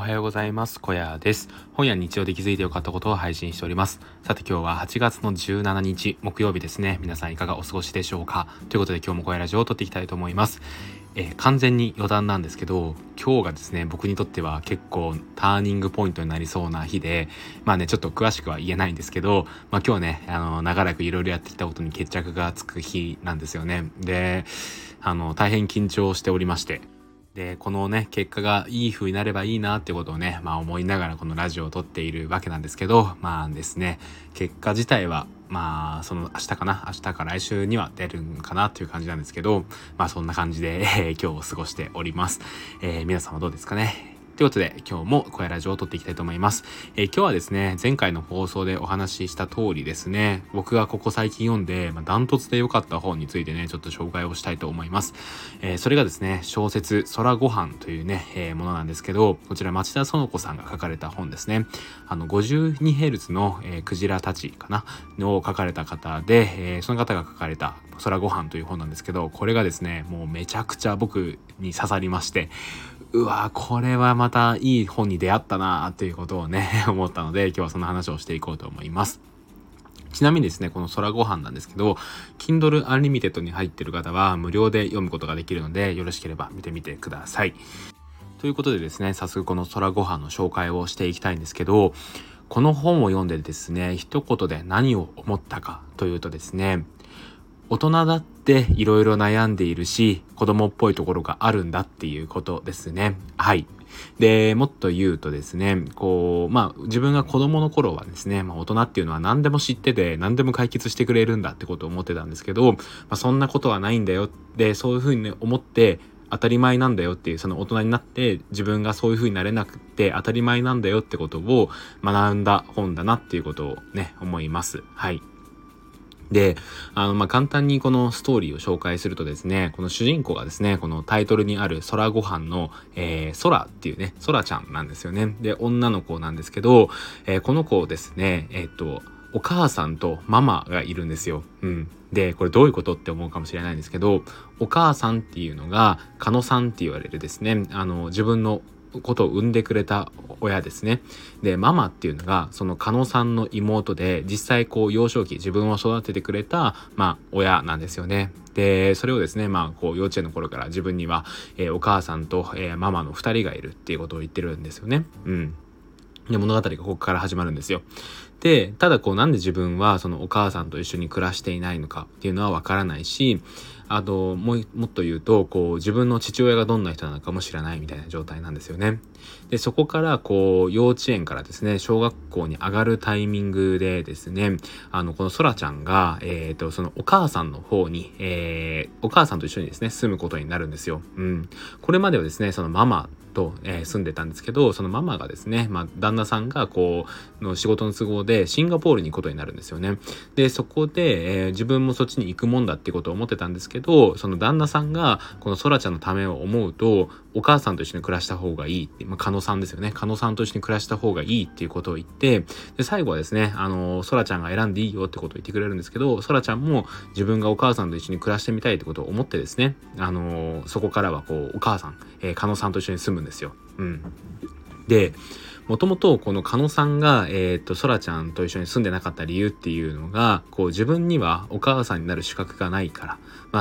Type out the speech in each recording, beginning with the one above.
はようございます。小屋です。本や日曜で気づいてよかったことを配信しております。さて今日は8月の17日木曜日ですね。皆さんいかがお過ごしでしょうか。ということで今日も小屋ラジオを撮っていきたいと思います。完全に余談なんですけど、今日がですね僕にとっては結構ターニングポイントになりそうな日で、ちょっと詳しくは言えないんですけど、今日ね長らくいろいろやってきたことに決着がつく日なんですよね。で大変緊張しておりまして、でこのね結果がいい風になればいいなってことをね思いながらこのラジオを撮っているわけなんですけど、ですね結果自体はその明日か来週には出るんかなっていう感じなんですけど、そんな感じで、今日を過ごしております。皆さんはどうですかね。ということで今日も小屋ラジオを撮っていきたいと思います。今日はですね前回の放送でお話しした通りですね、僕がここ最近読んで、ダントツで良かった本についてねちょっと紹介をしたいと思います。それがですね小説空ご飯というね、ものなんですけど、こちら町田園子さんが書かれた本ですね。52Hz の、クジラたちかなを書かれた方で、その方が書かれた空ご飯という本なんですけど、これがですねもうめちゃくちゃ僕に刺さりまして、これはまたいい本に出会ったなっていうことをね思ったので、今日はその話をしていこうと思います。ちなみにですねこの空ご飯なんですけど、 Kindle Unlimited に入っている方は無料で読むことができるので、よろしければ見てみてください。ということでですね、早速この空ご飯の紹介をしていきたいんですけど、この本を読んでですね一言で何を思ったかというとですね、大人だっていろいろ悩んでいるし、子供っぽいところがあるんだっていうことですね。はい。で、もっと言うとですね、自分が子供の頃はですね、大人っていうのは何でも知ってて何でも解決してくれるんだってことを思ってたんですけど、そんなことはないんだよ。で、そういうふうに思って当たり前なんだよっていう、その大人になって自分がそういうふうになれなくて当たり前なんだよってことを学んだ本だなっていうことをね、思います。はい。で、簡単にこのストーリーを紹介するとですね、この主人公がですね、このタイトルにある空ご飯の、空っていうね、空ちゃんなんですよね。で、女の子なんですけど、この子ですね、お母さんとママがいるんですよ。で、これどういうことって思うかもしれないんですけど、お母さんっていうのが、カノさんって言われるですね、自分のことを産んでくれた親ですね。で、ママっていうのがその加納さんの妹で、実際幼少期自分を育ててくれた親なんですよね。で、それをですね幼稚園の頃から自分には、お母さんと、ママの2人がいるっていうことを言ってるんですよね。で、物語がここから始まるんですよ。で、ただなんで自分はそのお母さんと一緒に暮らしていないのかっていうのはわからないし、あともっと言うと自分の父親がどんな人なのかも知らないみたいな状態なんですよね。で、そこから幼稚園からですね小学校に上がるタイミングでですね、このそらちゃんがそのお母さんの方に、お母さんと一緒にですね住むことになるんですよ。これまではですねそのママと、住んでたんですけど、そのママがですね、旦那さんがの仕事の都合でシンガポールに行くことになるんですよね。で、そこで、自分もそっちに行くもんだっていうことを思ってたんですけど、その旦那さんがこのそらちゃんのためを思うと、お母さんと一緒に暮らした方がいいって、加納さんですよね。加納さんと一緒に暮らした方がいいっていうことを言って、で、最後はですね、そらちゃんが選んでいいよってことを言ってくれるんですけど、そらちゃんも自分がお母さんと一緒に暮らしてみたいってことを思ってですね、そこからはお母さん、加納さんと一緒に住むんですよ。で、もともとこの加納さんがそらちゃんと一緒に住んでなかった理由っていうのが、自分にはお母さんになる資格がないから、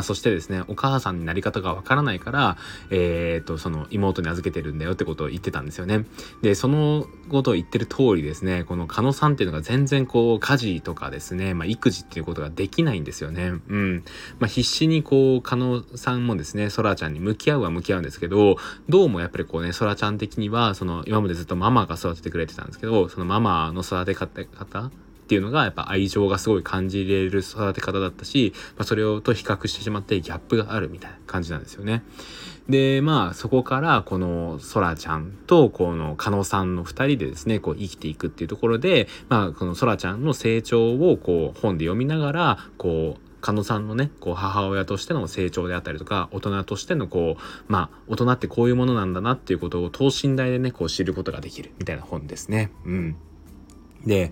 そしてですねお母さんになり方がわからないから、その妹に預けてるんだよってことを言ってたんですよね。で、そのことを言ってる通りですね、この加納さんっていうのが全然家事とかですね、育児っていうことができないんですよね。必死に加納さんもですねそらちゃんに向き合うんですけど、どうもやっぱりそらちゃん的にはその今までずっとママが育ててくれてたんですけど、そのママの育て方っていうのがやっぱ愛情がすごい感じれる育て方だったし、それと比較してしまってギャップがあるみたいな感じなんですよね。で、そこからこのそらちゃんとこの加納さんの2人でですね生きていくっていうところで、このそらちゃんの成長を本で読みながら加納さんのね母親としての成長であったりとか、大人としての大人ってこういうものなんだなっていうことを等身大でね知ることができるみたいな本ですね。で、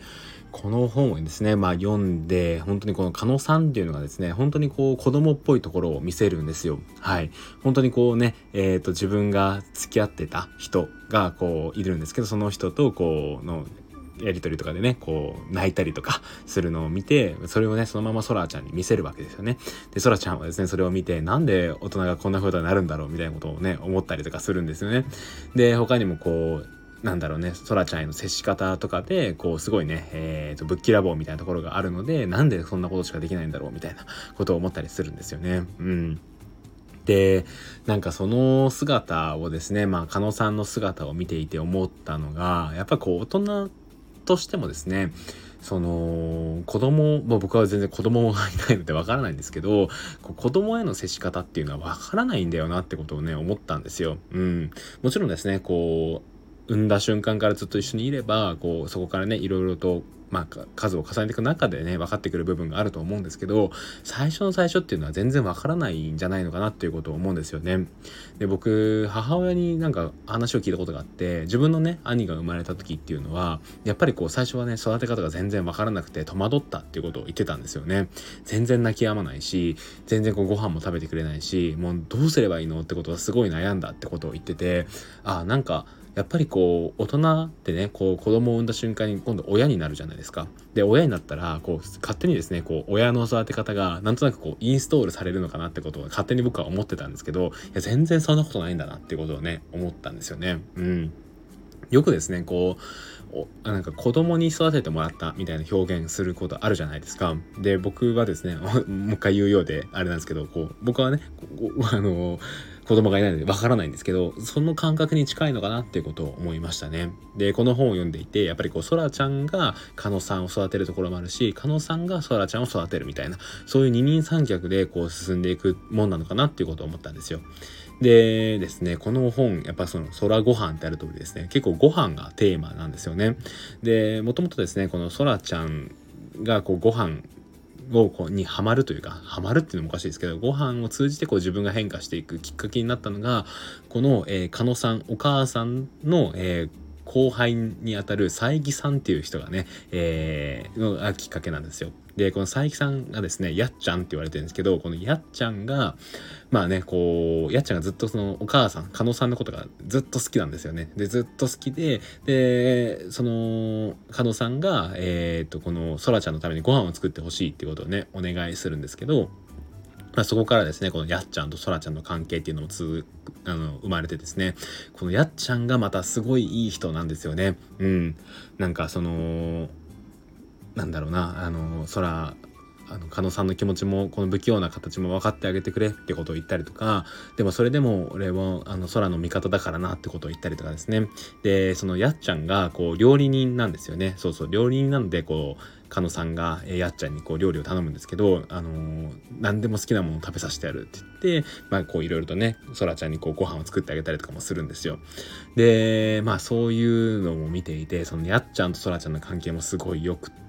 この本をですね、読んで、本当にこの加納さんっていうのがですね、本当にこう子供っぽいところを見せるんですよ。はい。本当にこうね、自分が付き合ってた人がこういるんですけど、その人とこうのやり取りとかでね、こう泣いたりとかするのを見て、それをね、そのままソラちゃんに見せるわけですよね。で、ソラちゃんはですね、それを見て、なんで大人がこんな風になるんだろうみたいなことをね、思ったりとかするんですよね。で、他にもこう、なんだろうね、ソラちゃんへの接し方とかで、こう、すごいね、ぶっきらぼうみたいなところがあるので、なんでそんなことしかできないんだろうみたいなことを思ったりするんですよね。うん。で、なんかその姿をですね、加納さんの姿を見ていて思ったのが、やっぱこう、大人としてもですね、その子供、僕は全然子供がいないのでわからないんですけど、子供への接し方っていうのはわからないんだよなってことをね、思ったんですよ。うん。もちろんですね、こう、産んだ瞬間からずっと一緒にいれば、こう、そこからね、いろいろと、数を重ねていく中でね、分かってくる部分があると思うんですけど、最初の最初っていうのは全然わからないんじゃないのかなっていうことを思うんですよね。で、僕、母親になんか話を聞いたことがあって、自分のね、兄が生まれた時っていうのは、やっぱりこう、最初はね、育て方が全然わからなくて戸惑ったっていうことを言ってたんですよね。全然泣き止まないし、全然こう、ご飯も食べてくれないし、もうどうすればいいのってことはすごい悩んだってことを言ってて、なんか、やっぱりこう大人ってね、こう子供を産んだ瞬間に今度親になるじゃないですか。で、親になったらこう勝手にですね、こう親の育て方がなんとなくこうインストールされるのかなってことを勝手に僕は思ってたんですけど、いや全然そんなことないんだなっていうことをね思ったんですよね。うん。よくですね、こうなんか子供に育ててもらったみたいな表現することあるじゃないですか。で、僕はですね、もう一回言うようであれなんですけど、こう僕はね、子供がいないのでわからないんですけど、その感覚に近いのかなっていうことを思いましたね。で、この本を読んでいて、やっぱりこう、ソラちゃんがカノさんを育てるところもあるし、カノさんがソラちゃんを育てるみたいな、そういう二人三脚でこう進んでいくもんなのかなっていうことを思ったんですよ。でですね、この本、やっぱその空ご飯ってある通りですね、結構ご飯がテーマなんですよね。で、もともとですね、この空ちゃんがこうご飯にハマるというか、ハマるっていうのもおかしいですけど、ご飯を通じてこう自分が変化していくきっかけになったのが、この、加野さん、お母さんの、後輩にあたる佐伯さんっていう人がね、のがきっかけなんですよ。で、この佐伯さんがですね、やっちゃんって言われてるんですけど、このやっちゃんが、こう、やっちゃんがずっとそのお母さん、加納さんのことがずっと好きなんですよね。で、ずっと好きで、その、加納さんが、このそらちゃんのためにご飯を作ってほしいっていうことをね、お願いするんですけど、そこからですね、このやっちゃんとそらちゃんの関係っていうのも生まれてですね、このやっちゃんがまたすごいいい人なんですよね。うん。なんかその、なんだろうな、加納さんの気持ちもこの不器用な形も分かってあげてくれってことを言ったりとか、でもそれでも俺も空の味方だからなってことを言ったりとかですね。で、そのやっちゃんがこう料理人なんですよね。そうそう、料理人なのでこう加納さんがやっちゃんにこう料理を頼むんですけど、何でも好きなものを食べさせてやるって言って、こういろいろとね、そらちゃんにこうご飯を作ってあげたりとかもするんですよ。で、そういうのも見ていて、そのやっちゃんとそらちゃんの関係もすごい良くって、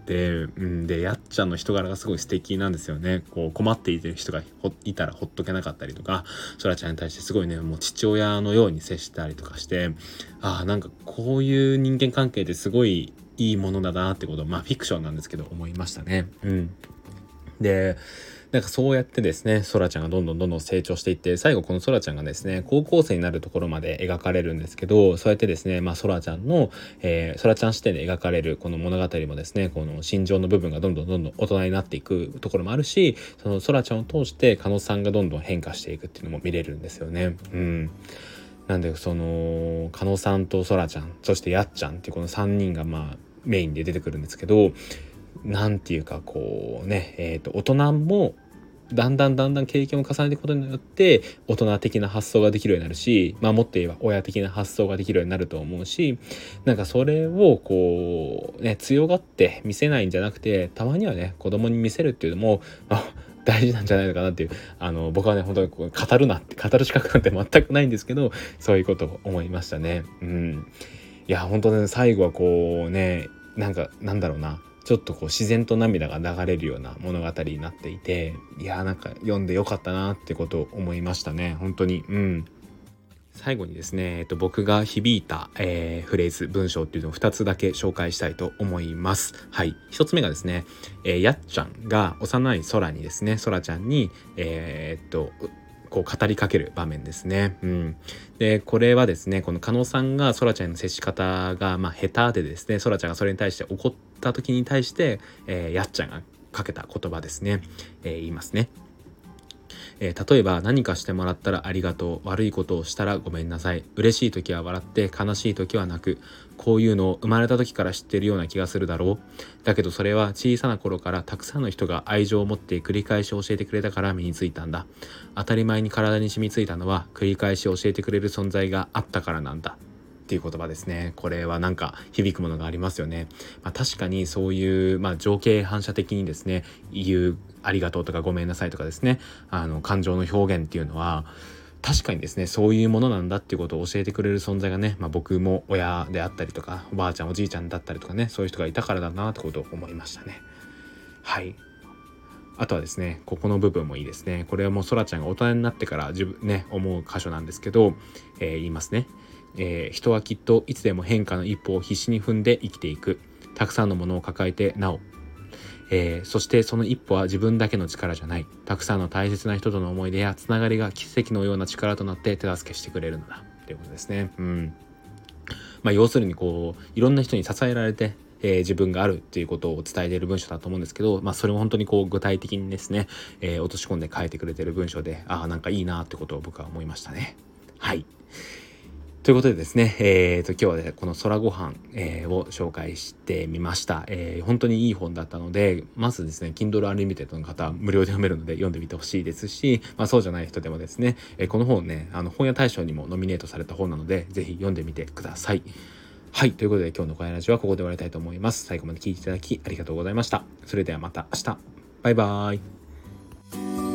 で、やっちゃんの人柄がすごい素敵なんですよね。こう困っている人がいたらほっとけなかったりとか、そらちゃんに対してすごいね、もう父親のように接したりとかして、なんかこういう人間関係ってすごいいいものだなってことを、フィクションなんですけど思いましたね。うん。で、なんかそうやってですね、ソラちゃんがどんどん成長していって、最後このソラちゃんがですね、高校生になるところまで描かれるんですけど、そうやってですね、ソラちゃんの、ソラちゃん視点で描かれるこの物語もですね、この心情の部分がどんどん大人になっていくところもあるし、そのソラちゃんを通して加納さんがどんどん変化していくっていうのも見れるんですよね。うん。なんでその加納さんとソラちゃん、そしてやっちゃんっていうこの3人がメインで出てくるんですけど、なんていうかこうね、大人もだんだん経験を重ねていくことによって大人的な発想ができるようになるし、もっと言えば親的な発想ができるようになると思うし、なんかそれをこうね、強がって見せないんじゃなくて、たまにはね子供に見せるっていうのも大事なんじゃないのかなっていう、僕はね本当にこう語る資格なんて全くないんですけど、そういうことを思いましたね。うん。いや本当ね、最後はこうね、なんだろうな、ちょっとこう自然と涙が流れるような物語になっていて、いやなんか読んでよかったなってことを思いましたね、本当に。うん。 最後にですね、僕が響いた、フレーズ文章っていうのを2つだけ紹介したいと思います。はい、1つ目がですね、やっちゃんが幼い空にですね、空ちゃんにこう語りかける場面ですね。でこれはですね、この加納さんが空ちゃんの接し方が下手でですね、空ちゃんがそれに対して怒った時に対して、やっちゃんがかけた言葉ですね、言いますね。例えば何かしてもらったらありがとう、悪いことをしたらごめんなさい、嬉しい時は笑って悲しい時は泣く、こういうのを生まれた時から知ってるような気がするだろう。だけどそれは小さな頃からたくさんの人が愛情を持って繰り返し教えてくれたから身についたんだ。当たり前に体に染みついたのは繰り返し教えてくれる存在があったからなんだっていう言葉ですね。これはなんか響くものがありますよね。確かにそういう、情景反射的にですね、言うありがとうとかごめんなさいとかですね、感情の表現っていうのは確かにですね、そういうものなんだっていうことを教えてくれる存在がね、僕も親であったりとかおばあちゃんおじいちゃんだったりとかね、そういう人がいたからだなってことを思いましたね。はい。あとはですね、ここの部分もいいですね。これはもうそらちゃんが大人になってから自分ね思う箇所なんですけど、言いますね。人はきっといつでも変化の一歩を必死に踏んで生きていく。たくさんのものを抱えてなお、そしてその一歩は自分だけの力じゃない。たくさんの大切な人との思い出やつながりが奇跡のような力となって手助けしてくれるのだっていうことですね。要するにこういろんな人に支えられて、自分があるっていうことを伝えている文章だと思うんですけど、それを本当にこう具体的にですね、落とし込んで書いてくれてる文章で、なんかいいなってことを僕は思いましたね。はい。ということでですね、今日はねこの空ごはん、を紹介してみました。本当にいい本だったので、まずですね Kindle Unlimited の方は無料で読めるので読んでみてほしいですし、そうじゃない人でもですね、この本ね本屋大賞にもノミネートされた本なのでぜひ読んでみてください。はい、ということで今日の声ラジオはここで終わりたいと思います。最後まで聞いていただきありがとうございました。それではまた明日。バイバーイ。